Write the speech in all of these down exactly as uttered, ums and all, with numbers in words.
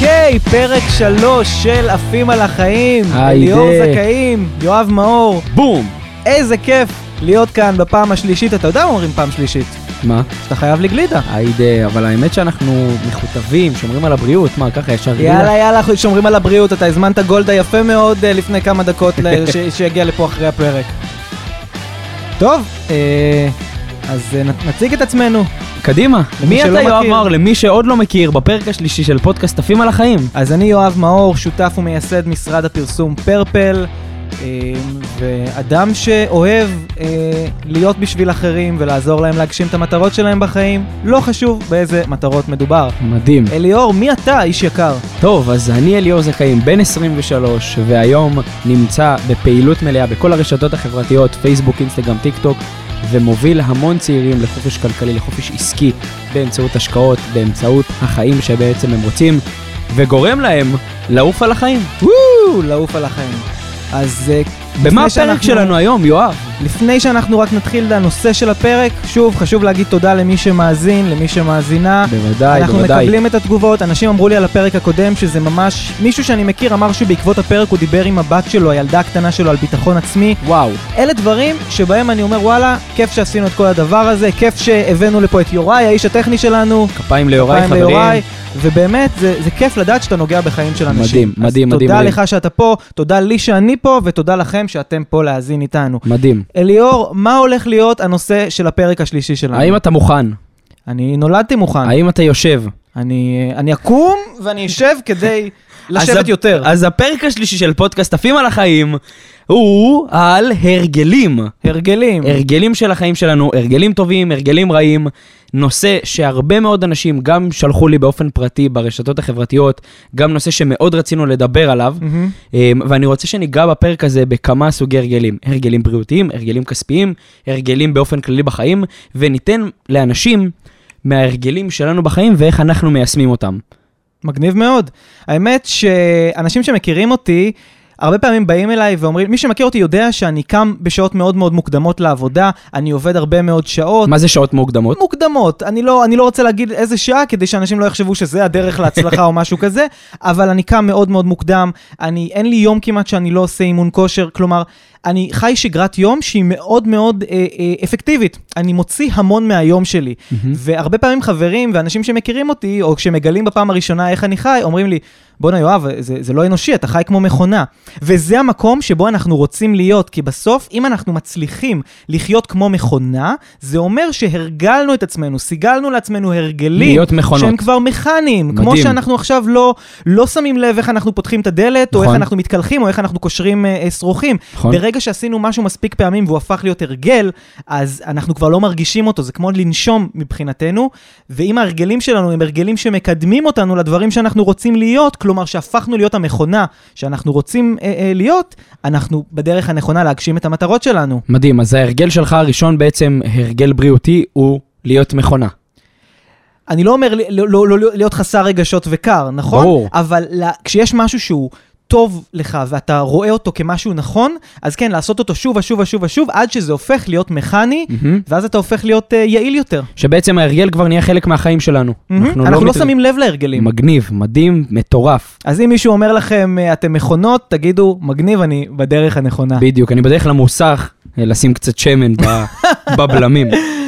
אוקיי, פרק שלוש של עפים על החיים. אליאור זכאים, יואב מאור. בום! איזה כיף להיות כאן בפעם השלישית. אתה יודע מה אומרים פעם שלישית? מה? שאתה חייב לי גלידה. היידה, אבל האמת שאנחנו מכותבים, שומרים על הבריאות. מה, ככה ישר גלידה? יאללה, יאללה, שומרים על הבריאות. אתה הזמנת גולדה יפה מאוד לפני כמה דקות שיגיע לפה אחרי הפרק. טוב, אז נציג את עצמנו. קדימה, מי אתה יואב מכיר. מאור? למי שעוד לא מכיר, בפרק השלישי של פודקאסט עפים על החיים. אז אני יואב מאור, שותף ומייסד משרד הפרסום פרפל, ואדם שאוהב להיות בשביל אחרים ולעזור להם להגשים את המטרות שלהם בחיים, לא חשוב באיזה מטרות מדובר. מדהים. אליאור, מי אתה, איש יקר? טוב, אז אני אליאור זכאים, בן עשרים ושלוש, והיום נמצא בפעילות מלאה בכל הרשתות החברתיות, פייסבוק, אינסטגרם, טיק טוק, ומוביל המון צעירים לחופש כלכלי, לחופש עסקי, באמצעות השקעות, באמצעות החיים שבעצם הם רוצים, וגורם להם לעוף על החיים. וואו, לעוף על החיים. אז במה הפרק שלנו היום, יואב? לפני שאנחנו רק נתחיל לנושא של הפרק, שוב, חשוב להגיד תודה למי שמאזין, למי שמאזינה. בוודאי, אנחנו בוודאי. אנחנו מקבלים את התגובות. אנשים אמרו לי על הפרק הקודם שזה ממש, מישהו שאני מכיר אמר שבעקבות הפרק הוא דיבר עם הבת שלו, הילדה הקטנה שלו, על ביטחון עצמי. וואו. אלה דברים שבהם אני אומר, וואלה, כיף שעשינו את כל הדבר הזה, כיף שהבאנו לפה את יוראי, האיש הטכני שלנו. כפיים ליוראי, כפיים חברים. ליוראי. ובאמת, זה, זה כיף לדעת שאתה נוגע בחיים של אנשים. מדהים, מדהים, מדהים. תודה מדהים. לך שאתה פה, תודה לי שאני פה, ותודה לכם שאתם פה להאזין איתנו. מדהים. אליאור, מה הולך להיות הנושא של הפרק השלישי שלנו? האם אתה מוכן? אני נולדתי מוכן. האם אתה יושב? אני, אני אקום ואני אשב כדי לשבת אז יותר. אז הפרק השלישי של פודקאסט עפים על החיים הוא על הרגלים. הרגלים. הרגלים של החיים שלנו, הרגלים טובים, הרגלים רעים. נושא שהרבה מאוד אנשים גם שלחו לי באופן פרטי ברשתות החברתיות, גם נושא שמאוד רצינו לדבר עליו, mm-hmm. ואני רוצה שניגע בפרק הזה בכמה סוגי הרגלים. הרגלים בריאותיים, הרגלים כספיים, הרגלים באופן כללי בחיים, וניתן לאנשים מההרגלים שלנו בחיים ואיך אנחנו מיישמים אותם. מגניב מאוד. האמת שאנשים שמכירים אותי, הרבה פעמים באים אליי ואומרים, מי שמכיר אותי יודע שאני קם בשעות מאוד מאוד מוקדמות לעבודה, אני עובד הרבה מאוד שעות. מה זה שעות מוקדמות? מוקדמות. אני לא, אני לא רוצה להגיד איזה שעה, כדי שאנשים לא יחשבו שזה הדרך להצלחה או משהו כזה, אבל אני קם מאוד מאוד מוקדם, אני, אין לי יום כמעט שאני לא עושה אימון כושר, כלומר, אני חי שגרת יום שהיא מאוד מאוד אה, אה, אפקטיבית. אני מוציא המון מהיום שלי. Mm-hmm. והרבה פעמים חברים ואנשים שמכירים אותי, או כשמגלים בפעם הראשונה איך אני חי, אומרים לי, בוא יואב, זה, זה לא אנושי, אתה חי כמו מכונה. וזה המקום שבו אנחנו רוצים להיות, כי בסוף, אם אנחנו מצליחים לחיות כמו מכונה, זה אומר שהרגלנו את עצמנו, סיגלנו לעצמנו הרגלים, להיות מכונות. שהם כבר מכניים. מדהים. כמו שאנחנו עכשיו לא, לא שמים לב איך אנחנו פותחים את הדלת, נכון. או איך אנחנו מתקלחים, או איך אנחנו קושרים אה, שרוכים. נכון. ברגע שעשינו משהו מספיק פעמים, והוא הפך להיות הרגל, אז אנחנו כבר לא מרגישים אותו, זה כמו לנשום מבחינתנו, ואם ההרגלים שלנו הם הרגלים שמקדמים אותנו לדברים שאנחנו רוצים להיות, כלומר שהפכנו להיות המכונה שאנחנו רוצים אה, אה, להיות, אנחנו בדרך הנכונה להגשים את המטרות שלנו. מדהים, אז ההרגל שלך הראשון בעצם, הרגל בריאותי, הוא להיות מכונה. אני לא אומר לא, לא, לא, להיות חסר רגשות וקר, נכון? ברור. אבל לה, כשיש משהו שהוא טוב לך ואתה רואה אותו כמשהו נכון, אז כן, לעשות אותו שוב ושוב ושוב ושוב, עד שזה הופך להיות מכני, mm-hmm. ואז אתה הופך להיות uh, יעיל יותר. שבעצם ההרגל כבר נהיה חלק מהחיים שלנו. Mm-hmm. אנחנו, אנחנו לא, לא מת... שמים לב להרגלים. מגניב, מדהים, מטורף. אז אם מישהו אומר לכם, אתם מכונות, תגידו, מגניב, אני בדרך הנכונה. בדיוק, אני בדרך למוסך, לשים קצת שמן בבלמים.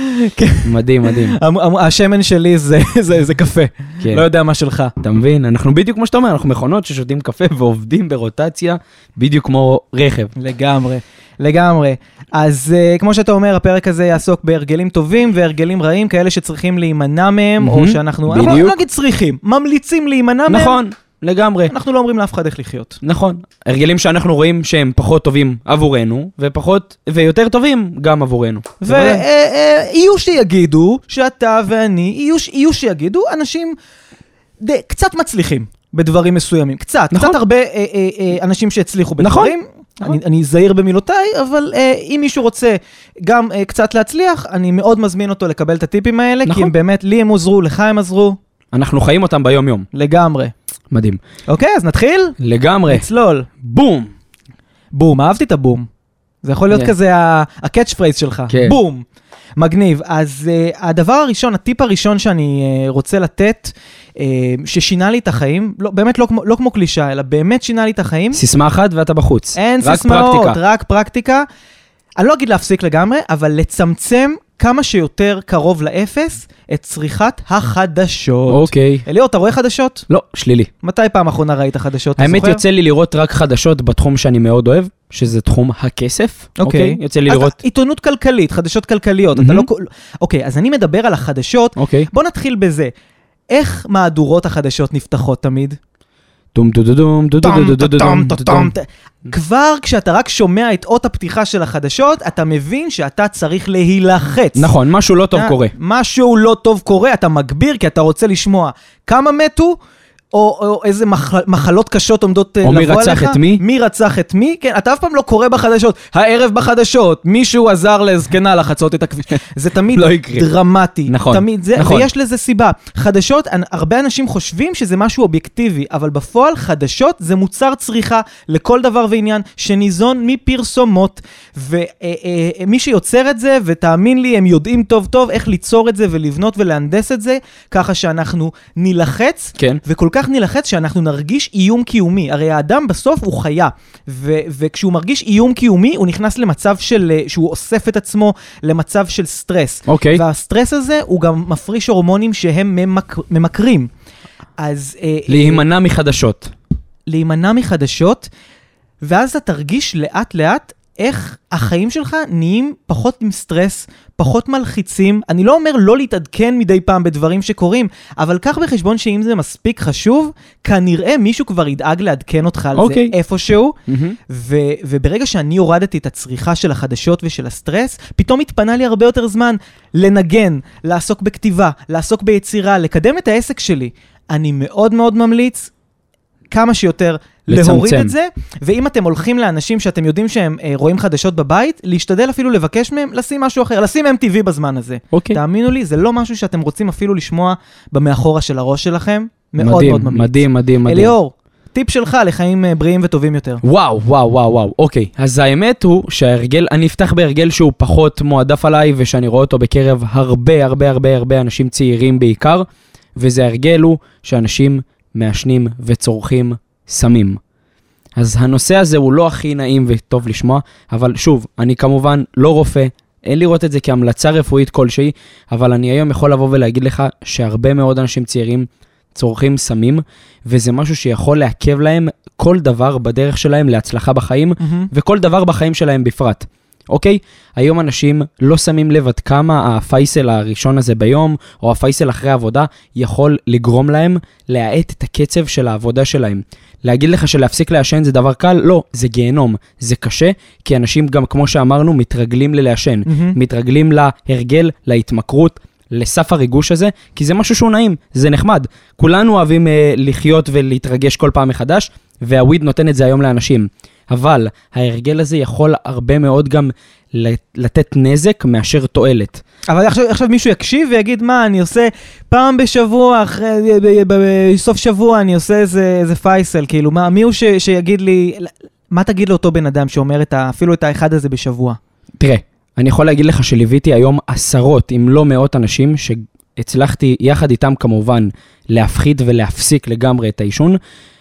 מדהים, מדהים. השמן שלי זה, זה, זה קפה. כן. לא יודע מה שלך. אתה מבין? אנחנו בדיוק כמו שאתה אומר, אנחנו מכונות ששותים קפה ועובדים ברוטציה, בדיוק כמו רכב. לגמרי, לגמרי. אז uh, כמו שאתה אומר, הפרק הזה יעסוק בהרגלים טובים והרגלים רעים, כאלה שצריכים להימנע מהם, mm-hmm. או שאנחנו, בדיוק. אנחנו לא נגיד צריכים, ממליצים להימנע מהם. נכון. לגמרי. אנחנו לא אומרים לאף אחד איך לחיות. נכון. הרגלים שאנחנו רואים שהם פחות טובים עבורנו, ופחות, ויותר טובים גם עבורנו. ויהיו שיגידו שאתה ואני, יהיו שיגידו אנשים קצת מצליחים בדברים מסוימים. קצת. קצת הרבה אנשים שהצליחו בדברים. אני, אני זהיר במילותיי, אבל אה, אם מישהו רוצה גם אה, קצת להצליח, אני מאוד מזמין אותו לקבל את הטיפים האלה, נכון. כי הם באמת, לי הם עוזרו, לך הם עזרו. אנחנו חיים אותם ביום יום. לגמרי. מדהים. אוקיי, אז נתחיל? לגמרי. נצלול. בום. בום, אהבתי את הבום. זה יכול להיות yeah. כזה הקאץ' פרייז שלך. כן. בום. מגניב. אז uh, הדבר הראשון, הטיפ הראשון שאני uh, רוצה לתת, uh, ששינה לי את החיים, לא, באמת לא כמו, לא כמו קלישה, אלא באמת שינה לי את החיים. סיסמה אחת ואתה בחוץ. אין רק סיסמאות, פרקטיקה. רק פרקטיקה. אני לא אגיד להפסיק לגמרי, אבל לצמצם כמה שיותר קרוב לאפס את צריכת החדשות. אוקיי. אליאור, אתה רואה חדשות? לא, שלילי. מתי פעם אחרונה ראית חדשות? האמת יוצא לי לראות רק חדשות בתחום שאני מאוד אוהב, שזה תחום הכסף. אוקיי. יוצא לי לראות... עיתונות כלכלית, חדשות כלכליות. אתה לא... אוקיי, אז אני מדבר על החדשות. אוקיי. בוא נתחיל בזה. איך מהדורות החדשות נפתחות תמיד? טום טום טום טום טום טום טום טום. כבר כשאתה רק שומע את אות הפתיחה של החדשות, אתה מבין שאתה צריך להילחץ. נכון, משהו לא טוב קורה. משהו לא טוב קורה, אתה מגביר כי אתה רוצה לשמוע כמה מתו, או, או איזה מח, מחלות קשות עומדות לבוא עליך. או מי רצח את מי? מי רצח את מי? כן, אתה אף פעם לא קורא בחדשות. הערב בחדשות, מישהו עזר לזקנה לחצות את הכביש. זה תמיד לא יקרה. דרמטי. נכון, תמיד זה, נכון. ויש לזה סיבה. חדשות, הרבה אנשים חושבים שזה משהו אובייקטיבי, אבל בפועל חדשות זה מוצר צריכה לכל דבר ועניין, שניזון מפרסומות. ומי שיוצר את זה, ותאמין לי, הם יודעים טוב טוב איך ליצור את זה ולבנות ולהנדס את זה, ככה שאנחנו נלחץ, כן. וכל כך נלחץ שאנחנו נרגיש איום קיומי. הרי האדם בסוף הוא חיה, ו- וכשהוא מרגיש איום קיומי, הוא נכנס למצב של, שהוא אוסף את עצמו למצב של סטרס. אוקיי. והסטרס הזה הוא גם מפריש הורמונים שהם ממק- ממכרים. אז... להימנע מחדשות. להימנע מחדשות, ואז אתה תרגיש לאט לאט איך החיים שלך נהיים פחות עם סטרס, פחות מלחיצים. אני לא אומר לא להתעדכן מדי פעם בדברים שקורים, אבל קח בחשבון שאם זה מספיק חשוב, כנראה מישהו כבר ידאג לעדכן אותך על okay. זה איפשהו, Mm-hmm. ו- וברגע שאני הורדתי את הצריכה של החדשות ושל הסטרס, פתאום התפנה לי הרבה יותר זמן לנגן, לעסוק בכתיבה, לעסוק ביצירה, לקדם את העסק שלי. אני מאוד מאוד ממליץ כמה שיותר לצמצם. להוריד את זה, ואם אתם הולכים לאנשים שאתם יודעים שהם אה, רואים חדשות בבית, להשתדל אפילו לבקש מהם, לשים משהו אחר, לשים אם טי וי בזמן הזה. אוקיי. תאמינו לי, זה לא משהו שאתם רוצים אפילו לשמוע במאחורה של הראש שלכם. מאוד מדהים, מאוד ממליץ. מדהים, מדהים, מדהים. אליאור, טיפ שלך לחיים אה, בריאים וטובים יותר. וואו, וואו, וואו, וואו. אוקיי, אז האמת הוא שההרגל, אני אפתח בהרגל שהוא פחות מועדף עליי, ושאני רואה אותו בקרב הרבה, הרבה, הרבה, הרבה אנשים צעירים בעיקר, וזה ההרגל הוא שאנשים מעשנים וצורכים סמים. אז הנושא הזה הוא לא הכי נעים וטוב לשמוע, אבל שוב, אני כמובן לא רופא, אין לראות את זה כהמלצה רפואית כלשהי, אבל אני היום יכול לבוא ולהגיד לך שהרבה מאוד אנשים צעירים צורכים סמים, וזה משהו שיכול לעכב להם כל דבר בדרך שלהם להצלחה בחיים, mm-hmm. וכל דבר בחיים שלהם בפרט. אוקיי? היום אנשים לא שמים לב עד כמה הפייסל הראשון הזה ביום, או הפייסל אחרי העבודה, יכול לגרום להם להאט את הקצב של העבודה שלהם. להגיד לך שלהפסיק לעשן זה דבר קל? לא, זה גיהנום. זה קשה, כי אנשים גם כמו שאמרנו, מתרגלים ללעשן. Mm-hmm. מתרגלים להרגל, להתמכרות, לסף הריגוש הזה, כי זה משהו שהוא נעים, זה נחמד. כולנו אוהבים אה, לחיות ולהתרגש כל פעם מחדש, והוויד נותן את זה היום לאנשים. אבל ההרגל הזה יכול הרבה מאוד גם לתת נזק מאשר תועלת. אבל עכשיו, עכשיו מישהו יקשיב ויגיד, מה, אני עושה פעם בשבוע, אחרי, בסוף שבוע, אני עושה איזה, איזה פייסל, כאילו, מה, מי הוא ש, שיגיד לי, מה תגיד לאותו בן אדם שאומר את ה, אפילו את האחד הזה בשבוע? תראה, אני יכול להגיד לך שליוויתי היום עשרות, אם לא מאות אנשים, שהצלחתי יחד איתם כמובן להפחית ולהפסיק לגמרי את העישון,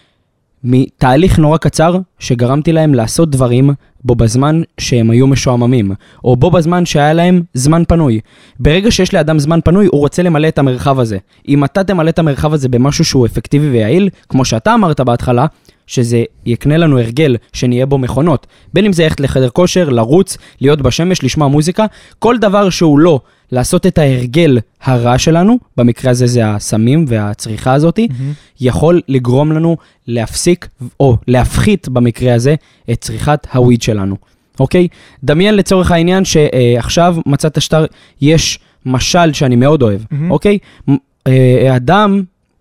מתהליך נורא קצר שגרמתי להם לעשות דברים בו בזמן שהם היו משועממים, או בו בזמן שהיה להם זמן פנוי. ברגע שיש לאדם זמן פנוי, הוא רוצה למלא את המרחב הזה. אם אתה תמלא את המרחב הזה במשהו שהוא אפקטיבי ויעיל, כמו שאתה אמרת בהתחלה, שזה יקנה לנו הרגל שנהיה בו מכונות. בין אם זה ללכת לחדר כושר, לרוץ, להיות בשמש, לשמוע מוזיקה, כל דבר שהוא לא לעשות את ההרגל הרע שלנו, במקרה הזה זה הסמים והצריכה הזאת, mm-hmm. יכול לגרום לנו להפסיק, או להפחית במקרה הזה, את צריכת הוויד שלנו. אוקיי? דמיין לצורך העניין שעכשיו מצאת שטר, יש משל שאני מאוד אוהב. Mm-hmm. אוקיי? אדם,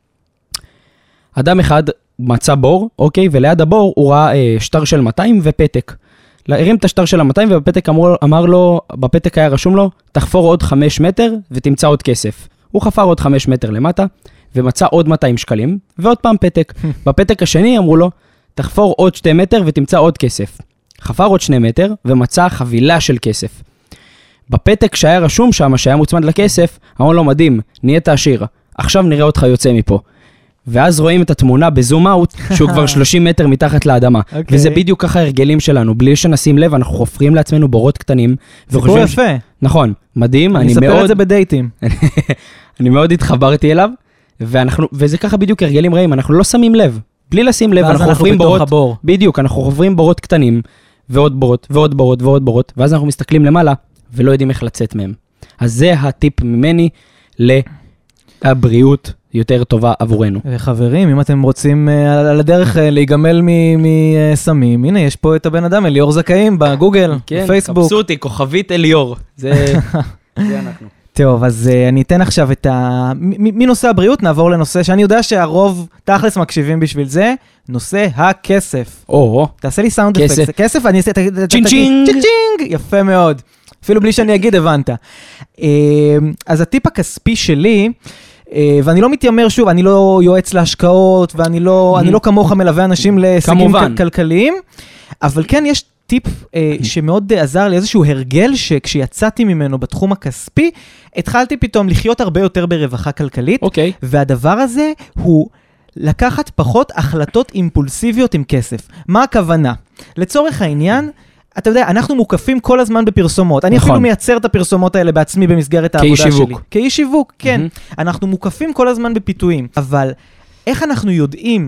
אדם אחד מצא בור, אוקיי? וליד הבור הוא ראה אה, שטר של מאתיים ופתק. הרים את השטר של ה-מאתיים ובפתק אמר, אמר לו, בפתק היה רשום לו, תחפור עוד חמש מטר ותמצא עוד כסף. הוא חפר עוד חמש מטר למטה ומצא עוד מאתיים שקלים ועוד פעם פתק. בפתק השני אמרו לו, תחפור עוד שתי מטר ותמצא עוד כסף. חפר עוד שני מטר ומצא חבילה של כסף. בפתק שהיה רשום שם, שהיה מוצמד לכסף, אמרו לו, מדהים, נהיית עשיר, עכשיו נראה אותך יוצא מפה. ואז רואים את התמונה בזום אאוט, שהוא כבר שלושים מטר מתחת לאדמה. Okay. וזה בדיוק ככה הרגלים שלנו, בלי שנשים לב, אנחנו חופרים לעצמנו בורות קטנים. סיפור יפה. נכון, מדהים. אני אספר מאוד... את זה בדייטים. אני מאוד התחברתי אליו, ואנחנו... וזה ככה בדיוק הרגלים רעים, אנחנו לא שמים לב. בלי לשים לב, אנחנו חופרים בורות... הבור. בדיוק, אנחנו חופרים בורות קטנים, ועוד בורות, ועוד בורות, ועוד בורות, ואז אנחנו מסתכלים למעלה, ולא יודעים איך לצאת מהם. אז זה הטיפ ממני לבריאות יותר טובה עבורנו. חברים, אם אתם רוצים על הדרך להיגמל מסמים, הנה, יש פה את הבן אדם, אליאור זכאים, בגוגל, בפייסבוק. כן, חפשו אותי, כוכבית אליאור. זה אנחנו. טוב, אז אני אתן עכשיו את ה... מנושא הבריאות נעבור לנושא שאני יודע שהרוב תכלס מקשיבים בשביל זה, נושא הכסף. או, תעשה לי סאונד אפקט. כסף, אני אעשה... צ'ינג צ'ינג. צ'ינג צ'ינג, יפה מאוד. אפילו בלי שאני אגיד, הבנת. אז הטיפ הכספי שלי, ואני לא מתיימר שוב, אני לא יועץ להשקעות, ואני לא, אני לא כמוך מלווה אנשים להישגים כלכליים, אבל כן יש טיפ שמאוד עזר לי, איזשהו הרגל שכשיצאתי ממנו בתחום הכספי, התחלתי פתאום לחיות הרבה יותר ברווחה כלכלית, אוקיי. והדבר הזה הוא לקחת פחות החלטות אימפולסיביות עם כסף. מה הכוונה? לצורך העניין, אתה יודע, אנחנו מוקפים כל הזמן בפרסומות. אני אפילו מייצר את הפרסומות האלה בעצמי במסגרת העבודה שלי. כאיש שיווק. כאיש שיווק, כן. אנחנו מוקפים כל הזמן בפיתויים. אבל איך אנחנו יודעים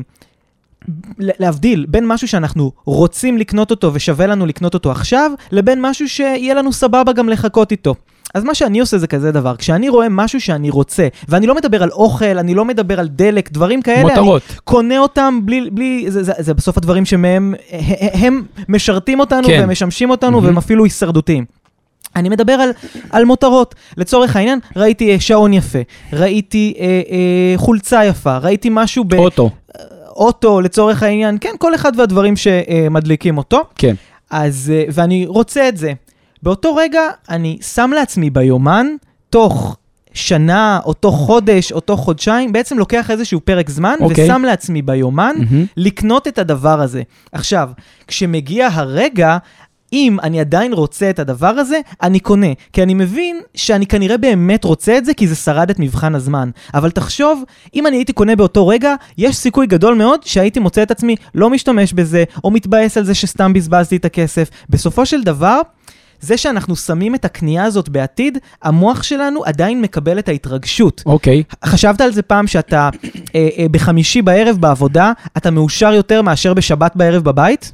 להבדיל בין משהו שאנחנו רוצים לקנות אותו ושווה לנו לקנות אותו עכשיו, לבין משהו שיהיה לנו סבבה גם לחכות איתו. אז מה שאני עושה זה כזה דבר, כשאני רואה משהו שאני רוצה, ואני לא מדבר על אוכל, אני לא מדבר על דלק, דברים כאלה, מותרות. אני קונה אותם בלי, בלי, זה, זה, זה בסוף הדברים שמהם, הם משרתים אותנו, כן. והם משמשים אותנו, mm-hmm. והם אפילו הישרדותיים. אני מדבר על, על מותרות. לצורך העניין, ראיתי אה, שעון יפה, ראיתי אה, אה, חולצה יפה, ראיתי משהו ב... אוטו. אוטו, לצורך העניין, כן, כל אחד והדברים שמדליקים אותו. כן. אז, ואני רוצה את זה. באותו רגע אני שם לעצמי ביומן, תוך שנה, או תוך חודש, או תוך חודשיים, בעצם לוקח איזשהו פרק זמן, okay. ושם לעצמי ביומן, mm-hmm. לקנות את הדבר הזה. עכשיו, כשמגיע הרגע, אם אני עדיין רוצה את הדבר הזה, אני קונה. כי אני מבין שאני כנראה באמת רוצה את זה, כי זה שרד את מבחן הזמן. אבל תחשוב, אם אני הייתי קונה באותו רגע, יש סיכוי גדול מאוד שהייתי מוצא את עצמי לא משתמש בזה, או מתבאס על זה שסתם בזבזתי את הכסף. בסופו של דבר, זה שאנחנו שמים את הקנייה הזאת בעתיד, המוח שלנו עדיין מקבל את ההתרגשות. אוקיי. Okay. חשבת על זה פעם שאתה אה, אה, בחמישי בערב בעבודה, אתה מאושר יותר מאשר בשבת בערב בבית?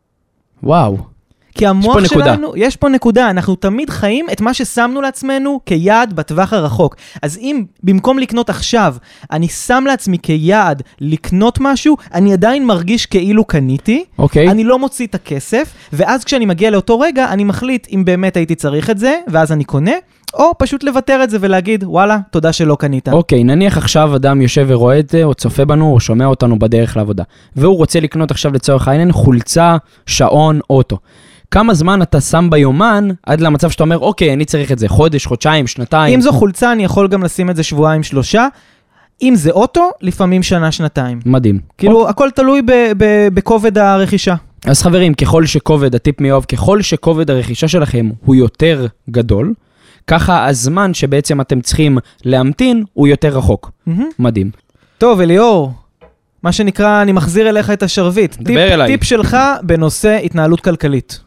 וואו. כי המוח שלנו, יש פה נקודה, אנחנו תמיד חיים את מה ששמנו לעצמנו כיעד בטווח הרחוק. אז אם במקום לקנות עכשיו, אני שם לעצמי כיעד לקנות משהו, אני עדיין מרגיש כאילו קניתי, okay. אני לא מוציא את הכסף, ואז כשאני מגיע לאותו רגע, אני מחליט אם באמת הייתי צריך את זה, ואז אני קונה, או פשוט לוותר את זה ולהגיד, וואלה, תודה שלא קנית. אוקיי, okay, נניח עכשיו אדם יושב ורואה את זה, או צופה בנו, או שומע אותנו בדרך לעבודה, והוא רוצה לקנות עכשיו לצורך העניין חולצה, שעון, אוטו. כמה זמן אתה שם ביומן, עד למצב שאתה אומר, אוקיי, אני צריך את זה, חודש, חודשיים, שנתיים. אם זו חולצה, אני יכול גם לשים את זה שבועיים, שלושה. אם זה אוטו, לפעמים שנה, שנתיים. מדהים. כאילו, אוקיי. הכל תלוי ב- ב- בכובד הרכישה. אז חברים, ככל שכובד, הטיפ מיוב, ככל שכובד הרכישה שלכם הוא יותר גדול, ככה הזמן שבעצם אתם צריכים להמתין, הוא יותר רחוק. Mm-hmm. מדהים. טוב, אליאור. מה שנקרא, אני מחזיר אליך את השרביט. טיפ, טיפ שלך בנושא התנהלות כלכלית.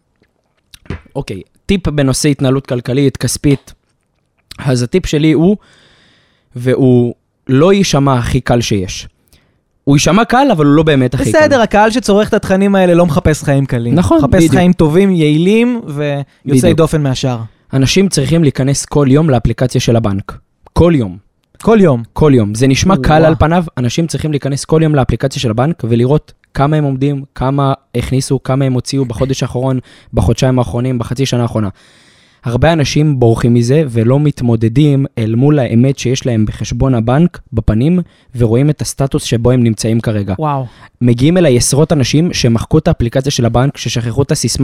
אוקיי, טיפ בנושא התנהלות כלכלית, כספית. אז הטיפ שלי הוא, והוא לא יישמע הכי קל שיש. הוא יישמע קל, אבל הוא לא באמת הכי קל. בסדר, הקהל שצורך את התכנים האלה לא מחפש חיים קלים. נכון, מחפש בדיוק. חיים טובים, יעילים ויוצאי דופן מהשאר. אנשים צריכים להיכנס כל יום לאפליקציה של הבנק. כל יום. כל יום. כל יום. זה נשמע קל על פניו, אנשים צריכים להיכנס כל יום לאפליקציה של הבנק ולראות כמה הם עומדים, כמה הכניסו, כמה הם הוציאו בחודש האחרון, בחודשיים האחרונים, בחצי שנה האחרונה. הרבה אנשים בורחים מזה ולא מתמודדים אל מול האמת שיש להם בחשבון הבנק, בפנים, ורואים את הסטטוס שבו הם נמצאים כרגע. וואו. מגיעים אליי עשרות אנשים שמחקו את האפליקציה של הבנק, ששכחו את הסיסמה,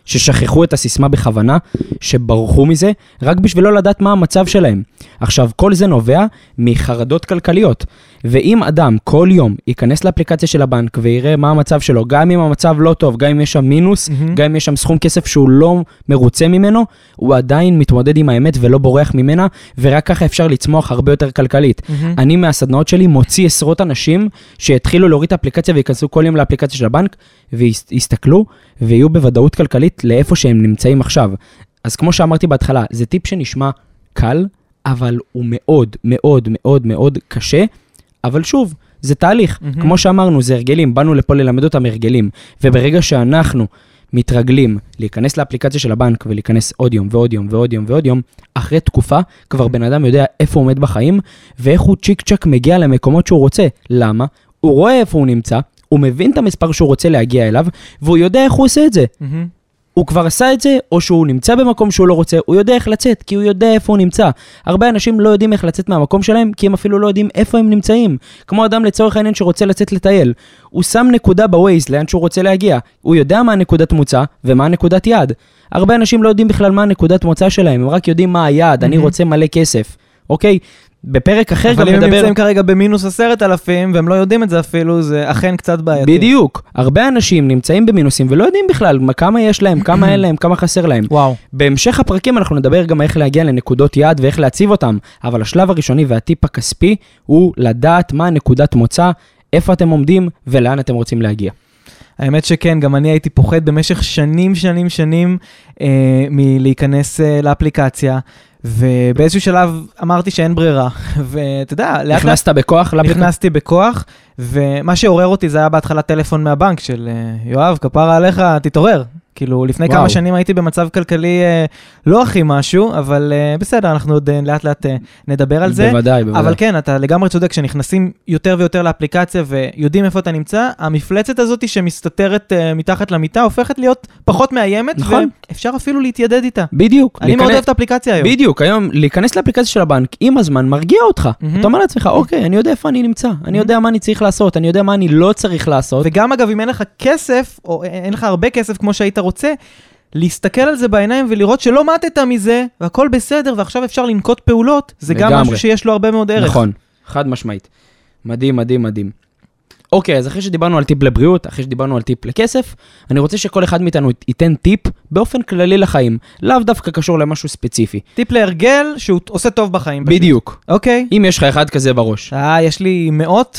ששכחו את הסיסמה בכוונה, שברחו מזה, רק בשביל לא לדעת מה המצב שלהם. עכשיו, כל זה נובע מחרדות כלכליות. ואם אדם כל יום ייכנס לאפליקציה של הבנק ויראה מה המצב שלו, גם אם המצב לא טוב, גם אם יש שם מינוס, mm-hmm. גם אם יש שם סכום כסף שהוא לא מרוצה ממנו, הוא עדיין מתמודד עם האמת ולא בורח ממנה, ורק ככה אפשר לצמוח הרבה יותר כלכלית. Mm-hmm. אני מהסדנאות שלי מוציא עשרות אנשים שהתחילו להוריד את האפליקציה וייכנסו כל יום לאפליקציה של הבנק, ויסתכלו ויהיו בוודאות כלכלית לאיפה שהם נמצאים עכשיו. אז כמו שאמרתי בהתחלה, זה טיפ שנשמע קל, אבל הוא מאוד מאוד מאוד מאוד קשה, אבל שוב, זה תהליך. Mm-hmm. כמו שאמרנו, זה הרגלים, באנו לפה ללמד אותם הרגלים, וברגע שאנחנו מתרגלים להיכנס לאפליקציה של הבנק ולהיכנס עוד יום ועוד יום ועוד יום ועוד יום, אחרי תקופה כבר בן אדם יודע איפה הוא עומד בחיים, ואיך הוא צ'יק צ'ק מגיע למקומות שהוא רוצה. למה? הוא רואה איפה הוא נמצא, הוא מבין את המספר שהוא רוצה להגיע אליו, והוא יודע איך הוא עושה את זה. Mm-hmm. הוא כבר עשה את זה, או שהוא נמצא במקום שהוא לא רוצה, הוא יודע איך לצאת, כי הוא יודע איפה הוא נמצא. הרבה אנשים לא יודעים איך לצאת מהמקום שלהם, כי הם אפילו לא יודעים איפה הם נמצאים. כמו אדם לצורך העניין שרוצה לצאת לטייל. הוא שם נקודה בווייז לאן שהוא רוצה להגיע. הוא יודע מה הנקודת מוצא ומה הנקודת יעד. הרבה אנשים לא יודעים בכלל מה הנקודת מוצא שלהם, הם רק יודעים מה היעד, אני רוצה מלא כסף. אוקיי? בפרק אחר גם מדבר... אבל אם הם מדבר... נמצאים כרגע במינוס עשרת אלפים, והם לא יודעים את זה אפילו, זה אכן קצת בעייתי. בדיוק. הרבה אנשים נמצאים במינוסים, ולא יודעים בכלל כמה יש להם, כמה אין להם, כמה חסר להם. וואו. בהמשך הפרקים אנחנו נדבר גם איך להגיע לנקודות יעד, ואיך להציב אותם. אבל השלב הראשוני והטיפ הכספי, הוא לדעת מה נקודת מוצא, איפה אתם עומדים, ולאן אתם רוצים להגיע. האמת שכן, גם אני הייתי פוחד במשך שנים, שנים, שנים, אה, מלהיכנס אה, לאפליקציה, ובאיזשהו שלב אמרתי שאין ברירה, ואתה יודע, לאט נכנסת בכוח? נכנסתי בכוח, ומה שעורר אותי זה היה בהתחלה טלפון מהבנק של יואב, כפרה עליך, תתעורר. כאילו, לפני וואו. כמה שנים הייתי במצב כלכלי אה, לא הכי משהו, אבל אה, בסדר, אנחנו עוד אה, לאט לאט אה, נדבר על זה. בוודאי, בוודאי. אבל כן, אתה לגמרי צודק, כשנכנסים יותר ויותר לאפליקציה ויודעים איפה אתה נמצא, המפלצת הזאת שמסתתרת אה, מתחת למיטה הופכת להיות פחות מאיימת, נכון. ואפשר אפילו להתיידד איתה. בדיוק. אני להיכנס... מאוד אוהב את האפליקציה היום. בדיוק, היום להיכנס לאפליקציה של הבנק, עם הזמן מרגיע אותך. Mm-hmm. אתה אומר לעצמך, אוקיי, אני יודע איפה אני נמצא, אני יודע מה אני צריך לעשות, אני יודע מה אני לא צריך לעשות. וגם אגב, אם אין לך כסף, או אין לך הרבה כסף כמו שהיית רוצה, להסתכל על זה בעיניים ולראות שלא מתת מזה, והכל בסדר, ועכשיו אפשר לנקוט פעולות, זה גם משהו שיש לו הרבה מאוד ערך. נכון, חד משמעית. מדהים, מדהים, מדהים. אוקיי, אז אחרי שדיברנו על טיפ לבריאות, אחרי שדיברנו על טיפ לכסף, אני רוצה שכל אחד מאיתנו ייתן טיפ באופן כללי לחיים, לאו דווקא קשור למשהו ספציפי. טיפ להרגל שהוא עושה טוב בחיים. בדיוק. אוקיי. אם יש לך אחד כזה בראש. אה, יש לי מאות,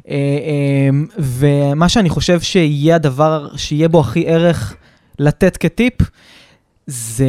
ומה שאני חושב שיהיה הדבר שיהיה בו הכי ערך לתת כטיפ, זה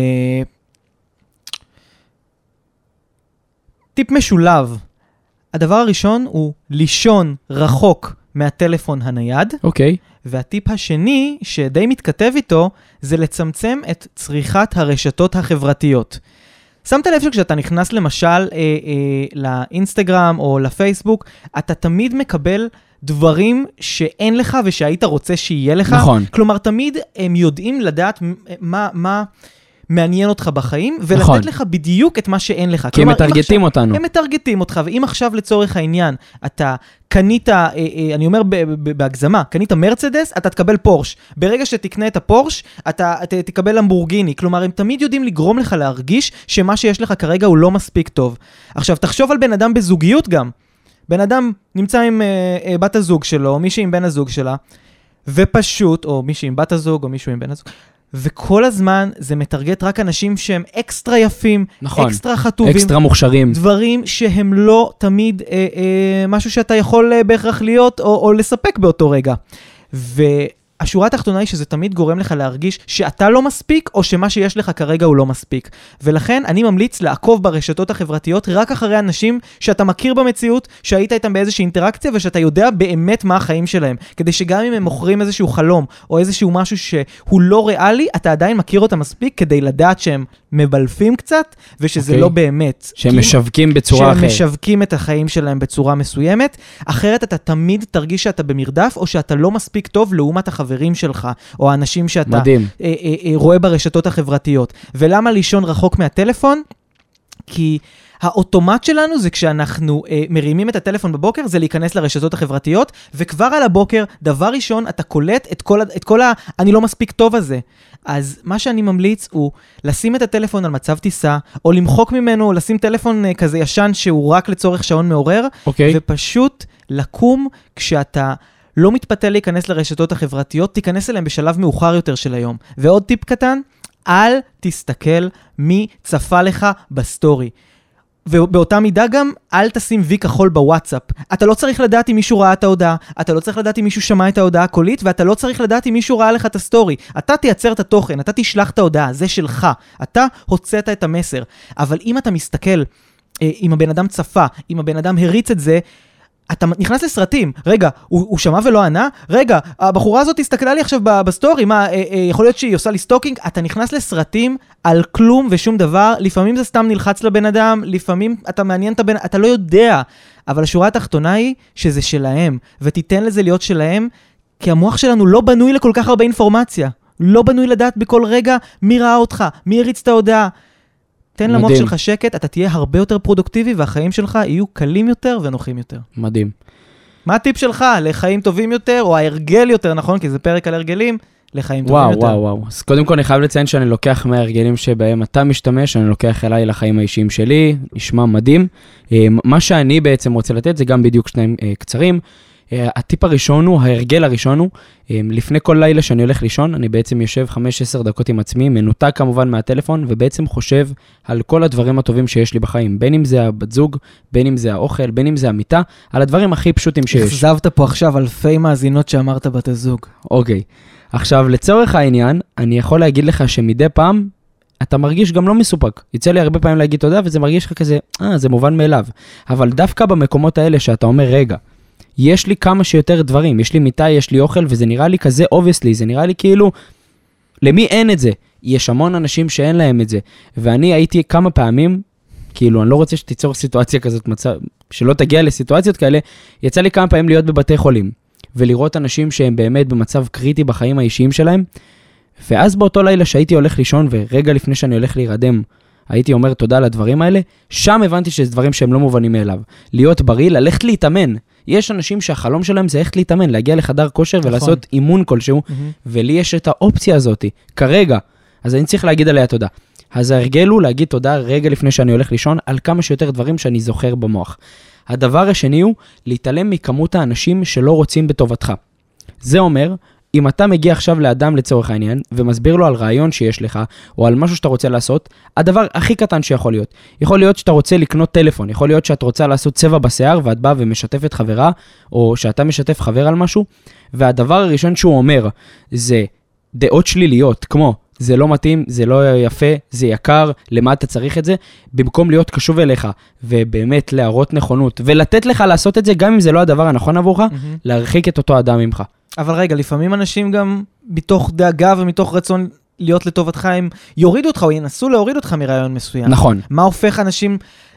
טיפ משולב. הדבר הראשון הוא לישון רחוק מהטלפון הנייד. אוקיי. והטיפ השני, שדי מתכתב איתו, זה לצמצם את צריכת הרשתות החברתיות. שמת לב שכשאתה נכנס למשל אה, אה, לאינסטגרם או לפייסבוק, אתה תמיד מקבל דברים שאין לך ושהיית רוצה שיהיה לך. נכון. כלומר, תמיד הם יודעים לדעת מה, מה מעניין אותך בחיים, ולתת נכון. לך בדיוק את מה שאין לך. כי כלומר, הם מטרגטים עכשיו, אותנו. הם מטרגטים אותך, ואם עכשיו לצורך העניין, אתה קנית, אה, אה, אני אומר ב- ב- בהגזמה, קנית מרצדס, אתה תקבל פורש. ברגע שתקנה את הפורש, אתה ת- תקבל למבורגיני. כלומר, הם תמיד יודעים לגרום לך להרגיש שמה שיש לך כרגע הוא לא מספיק טוב. עכשיו, תחשוב על בן אדם בזוגיות גם. בן אדם נמצא עם אה, אה, בת הזוג שלו, או מישהי עם בן הזוג שלה, ופשוט, או מישהי עם בת הזוג, או מישהו עם בן הזוג, וכל הזמן זה מטרגט רק אנשים שהם אקסטרה יפים, נכון, אקסטרה חטובים, אקסטרה מוכשרים. דברים שהם לא תמיד אה, אה, משהו שאתה יכול אה, בהכרח להיות, או, או לספק באותו רגע. והשורה התחתונה היא שזה תמיד גורם לך להרגיש שאתה לא מספיק, או שמה שיש לך כרגע הוא לא מספיק. ולכן אני ממליץ לעקוב ברשתות החברתיות רק אחרי אנשים שאתה מכיר במציאות, שהיית איתם באיזושהי אינטראקציה, ושאתה יודע באמת מה החיים שלהם. כדי שגם אם הם מוכרים איזשהו חלום, או איזשהו משהו שהוא לא ריאלי, אתה עדיין מכיר אותם מספיק, כדי לדעת שהם מבלפים קצת, ושזה okay. לא באמת. שהם משווקים בצורה אחרת. שהם משווקים את החיים שלהם בצורה מסוימת, אחרת אתה תמיד תרגיש שאתה במרדף, או שאתה לא מספיק טוב לעומת החברים שלך, או האנשים שאתה אה, אה, אה, רואה ברשתות החברתיות. ולמה לישון רחוק מהטלפון? כי האוטומט שלנו זה כשאנחנו אה, מרימים את הטלפון בבוקר, זה להיכנס לרשתות החברתיות, וכבר על הבוקר, דבר ראשון, אתה קולט את כל, את כל ה... אני לא מספיק טוב הזה. אז מה שאני ממליץ הוא לשים את הטלפון על מצב טיסה, או למחוק ממנו, או לשים טלפון uh, כזה ישן שהוא רק לצורך שעון מעורר, אוקיי. ופשוט לקום כשאתה לא מתפתה להיכנס לרשתות החברתיות, תיכנס אליהם בשלב מאוחר יותר של היום. ועוד טיפ קטן, אל תסתכל מי צפה לך בסטורי. ובאותה מידה גם, אל תשים וי כחול בוואטסאפ. אתה לא צריך לדעת אם מישהו ראה את ההודעה, אתה לא צריך לדעת אם מישהו שמע את ההודעה הקולית, ואתה לא צריך לדעת אם מישהו ראה לך את הסטורי. אתה תייצר את התוכן, אתה תשלח את ההודעה, זה שלך. אתה הוצאת את המסר. אבל אם אתה מסתכל, אם הבן אדם צפה, אם הבן אדם הריץ את זה, אתה נכנס לסרטים, רגע, הוא, הוא שמע ולא ענה? רגע, הבחורה הזאת הסתכלה לי עכשיו בסטורי, מה, אה, אה, יכול להיות שהיא עושה לי סטוקינג? אתה נכנס לסרטים על כלום ושום דבר, לפעמים זה סתם נלחץ לבן אדם, לפעמים אתה מעניין את הבן, אתה לא יודע, אבל השורה התחתונה היא שזה שלהם, ותיתן לזה להיות שלהם, כי המוח שלנו לא בנוי לכל כך הרבה אינפורמציה, לא בנוי לדעת בכל רגע מי ראה אותך, מי הריץ את ההודעה, תן למוח שלך שקט, אתה תהיה הרבה יותר פרודוקטיבי, והחיים שלך יהיו קלים יותר ונוחים יותר. מדהים. מה הטיפ שלך לחיים טובים יותר, או ההרגל יותר, נכון? כי זה פרק על הרגלים, לחיים טובים וואו, יותר. וואו, וואו. אז קודם כל אני חייב לציין שאני לוקח מההרגלים שבהם אתה משתמש, אני לוקח אליי לחיים האישיים שלי, נשמע מדהים. מה שאני בעצם רוצה לתת, זה גם בדיוק שניים קצרים. הטיפ הראשון הוא, ההרגל הראשון הוא, לפני כל לילה שאני הולך לישון, אני בעצם יושב חמש עשר דקות עם עצמי, מנותק כמובן מהטלפון, ובעצם חושב על כל הדברים הטובים שיש לי בחיים, בין אם זה הבת זוג, בין אם זה האוכל, בין אם זה המיטה, על הדברים הכי פשוטים שיש. החזבת פה עכשיו אלפי מאזינות שאמרת בת הזוג. אוקיי. עכשיו, לצורך העניין, אני יכול להגיד לך שמדי פעם, אתה מרגיש גם לא מסופק. יצא לי הרבה פעמים להגיד תודה, וזה מרגיש לך כזה, אה, זה מובן מאליו. אבל דווקא במקומות האלה שאתה אומר, רגע, יש לי כמה שיותר דברים, יש לי מיטה, יש לי אוכל, וזה נראה לי כזה obviously, זה נראה לי כאילו, למי אין את זה? יש המון אנשים שאין להם את זה, ואני הייתי כמה פעמים, כאילו, אני לא רוצה שתיצור סיטואציה כזאת, מצב, שלא תגיע לסיטואציות כאלה, יצא לי כמה פעמים להיות בבתי חולים, ולראות אנשים שהם באמת במצב קריטי בחיים האישיים שלהם, ואז באותו לילה שהייתי הולך לישון, ורגע לפני שאני הולך להירדם, הייתי אומר תודה על הדברים האלה, שם הבנתי שזה דברים שהם לא מובנים מאליו. להיות בריא, ללכת להתאמן. יש אנשים שהחלום שלהם זה איך להתאמן, להגיע לחדר כושר נכון. ולעשות אימון כלשהו, mm-hmm. ולי יש את האופציה הזאת, כרגע. אז אני צריך להגיד עליה תודה. אז ההרגל הוא להגיד תודה רגע לפני שאני הולך לישון, על כמה שיותר דברים שאני זוכר במוח. הדבר השני הוא להתעלם מכמות האנשים שלא רוצים בטובתך. זה אומר, אם אתה מגיע עכשיו לאדם לצורך העניין, ומסביר לו על רעיון שיש לך, או על משהו שאתה רוצה לעשות, הדבר הכי קטן שיכול להיות. יכול להיות שאתה רוצה לקנות טלפון, יכול להיות שאת רוצה לעשות צבע בשיער, ואת באה ומשתפת חברה, או שאתה משתף חבר על משהו, והדבר הראשון שהוא אומר, זה דעות שליליות, כמו, זה לא מתאים, זה לא יפה, זה יקר, למה אתה צריך את זה, במקום להיות קשוב אליך, ובאמת להראות נכונות, ולתת לך לעשות את זה, גם אם זה לא הדבר הנכון עבורך, mm-hmm. להרחיק את אותו אדם ממך. אבל רגע, לפעמים אנשים גם מתוך דאגה ומתוך רצון להיות לטובתך, הם יורידו אותך או ינסו להוריד אותך מרעיון מסוים. נכון. מה הופך אנשים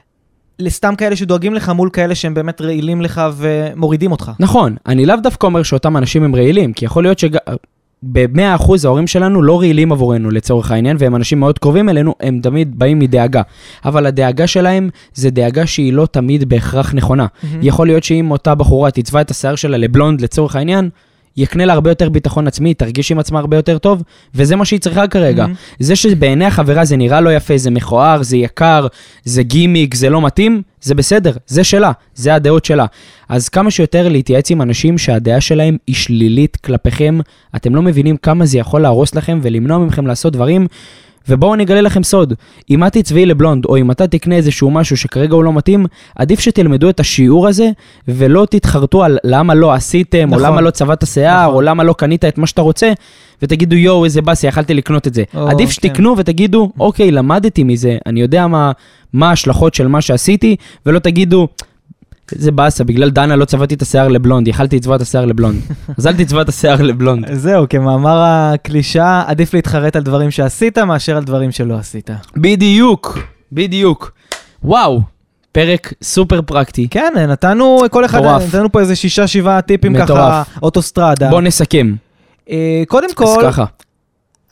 לסתם כאלה שדואגים לך מול כאלה שהם באמת רעילים לך ומורידים אותך? נכון. אני לאו דווקא אומר שאותם אנשים הם רעילים, כי יכול להיות שג... ב-מאה אחוז ההורים שלנו לא רעילים עבורנו לצורך העניין, והם אנשים מאוד קרובים אלינו, הם תמיד באים מדאגה. אבל הדאגה שלהם זה דאגה שהיא לא תמיד בהכרח נכונה. Mm-hmm. יכול להיות שאם אותה בחורה תצבע את השיער שלה לבלונד לצורך העניין, יקנה לה הרבה יותר ביטחון עצמי, תרגיש עם עצמה הרבה יותר טוב, וזה מה שהיא צריכה כרגע. Mm-hmm. זה שבעיני החברה זה נראה לא יפה, זה מכוער, זה יקר, זה גימיק, זה לא מתאים, זה בסדר, זה שלה, זה הדעות שלה. אז כמה שיותר להתייעץ עם אנשים שהדעה שלהם היא שלילית כלפיכם, אתם לא מבינים כמה זה יכול להרוס לכם ולמנוע מכם לעשות דברים, ובואו נגלה לכם סוד, אם את תצבעי לבלונד, או אם אתה תקנה איזשהו משהו שכרגע הוא לא מתאים, עדיף שתלמדו את השיעור הזה, ולא תתחרטו על למה לא עשיתם, נכון. או למה לא צבעת השיער, נכון. או למה לא קנית את מה שאתה רוצה, ותגידו, יואו, איזה בסי, יכלתי לקנות את זה. או, עדיף כן. שתקנו ותגידו, אוקיי, למדתי מזה, אני יודע מה, מה ההשלכות של מה שעשיתי, ולא תגידו, זה באסה, בגלל דנה לא צבעתי את השיער לבלונד, יכלתי לצבוע את השיער לבלונד. אז אל תצבע את השיער לבלונד. זהו, כמאמר הקלישה, עדיף להתחרט על דברים שעשית, מאשר על דברים שלא עשית. בדיוק, בדיוק. וואו, פרק סופר פרקטי. כן, נתנו כל אחד, נתנו פה איזה שישה, שבעה טיפים ככה, אוטוסטרדה. בוא נסכם. קודם כל, אז ככה.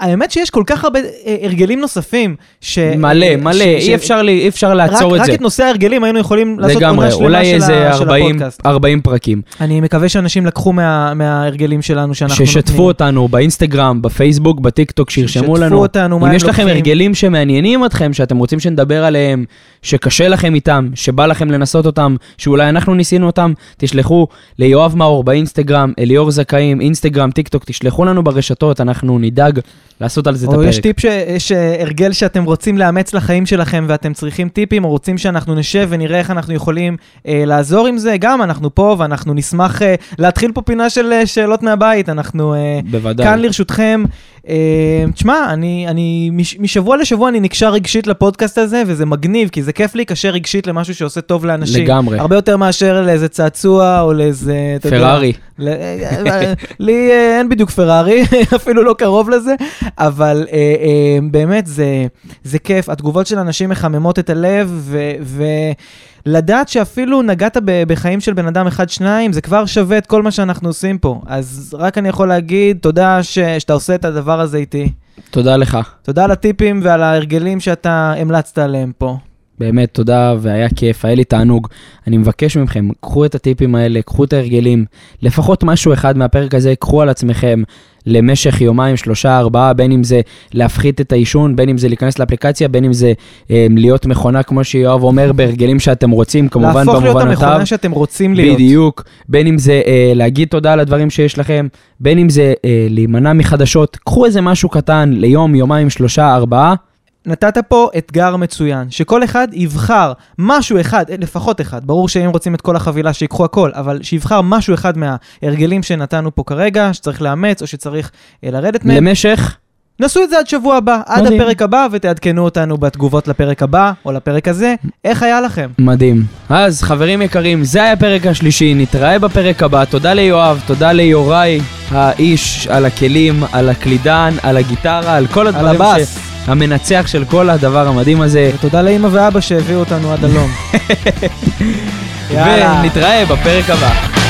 האמת שיש כל כך הרבה הרגלים נוספים, ש... מלא, מלא, אי אפשר לי, אי אפשר לעצור את זה. רק את נושא ההרגלים היינו יכולים לעשות עונה שלמה של הפודקאסט. ארבעים פרקים. אני מקווה שאנשים לקחו מההרגלים שלנו שאנחנו נותנים. ששתפו אותנו באינסטגרם, בפייסבוק, בטיקטוק, שירשמו לנו. אם יש לכם הרגלים שמעניינים אתכם, שאתם רוצים שנדבר עליהם, שקשה לכם איתם, שבא לכם לנסות אותם, שאולי אנחנו ניסינו אותם, תשלחו ליואב מאור באינסטגרם, אליאור זכאים, אינסטגרם, טיקטוק, תשלחו לנו ברשתות, אנחנו נדאג לעשות על זה את הפרק. או יש טיפ שיש הרגל שאתם רוצים לאמץ לחיים שלכם, ואתם צריכים טיפים, או רוצים שאנחנו נשב ונראה איך אנחנו יכולים אה, לעזור עם זה, גם אנחנו פה, ואנחנו נשמח אה, להתחיל פה פינה של אה, שאלות מהבית, אנחנו אה, כאן לרשותכם. אה, תשמע, אני, אני, מש, משבוע לשבוע אני נקשר רגשית לפודקאסט הזה, וזה מגניב, כי זה כיף לי קשר רגשית למשהו שעושה טוב לאנשים. לגמרי. הרבה יותר מאשר לאיזה צעצוע, או לאיזה... פרארי. לי אין בדיוק פרארי, אפילו לא קרוב לזה, אבל אה, אה, באמת זה, זה כיף, התגובות של אנשים מחממות את הלב, ו, ולדעת שאפילו נגעת ב, בחיים של בן אדם אחד שניים, זה כבר שווה את כל מה שאנחנו עושים פה, אז רק אני יכול להגיד תודה ש, שאתה עושה את הדבר הזה איתי. תודה לך. תודה על הטיפים ועל ההרגלים שאתה המלצת עליהם פה. באמת תודה, והיה כיף, היה לי תענוג. אני מבקש מכם, קחו את הטיפים האלה, קחו את ההרגלים, לפחות משהו אחד מהפרק הזה, קחו על עצמכם למשך יומיים, שלושה, ארבעה, בין אם זה להפחית את האישון, בין אם זה להיכנס לאפליקציה, בין אם זה אה, להיות מכונה, כמו שיואב אומר, בהרגלים שאתם רוצים, כמובן במובן להפוך אותיו. להיות המכונה שאתם רוצים להיות. בדיוק, בין אם זה אה, להגיד תודה על הדברים שיש לכם, בין אם זה אה, להימנע מחדשות, קחו איזה משהו קטן ליום, יומיים, שלושה, ארבעה, נתת פה אתגר מצוין, שכל אחד יבחר משהו אחד, לפחות אחד, ברור שאם רוצים את כל החבילה שיקחו הכל, אבל שיבחר משהו אחד מההרגלים שנתנו פה כרגע, שצריך לאמץ או שצריך לרדת מהם. למשך? נסו את זה עד שבוע הבא, עד מדהים. הפרק הבא, ותעדכנו אותנו בתגובות לפרק הבא, או לפרק הזה. איך היה לכם? מדהים. אז חברים יקרים, זה היה הפרק השלישי, נתראה בפרק הבא. תודה ליואב, תודה ליוראי, האיש, על הכלים, על הקלידן, על הגיטרה, על כל הדברים על ש... המנצח של כל הדבר המדהים הזה. ותודה לאמא ואבא שהביאו אותנו עד הלום. ונתראה בפרק הבא.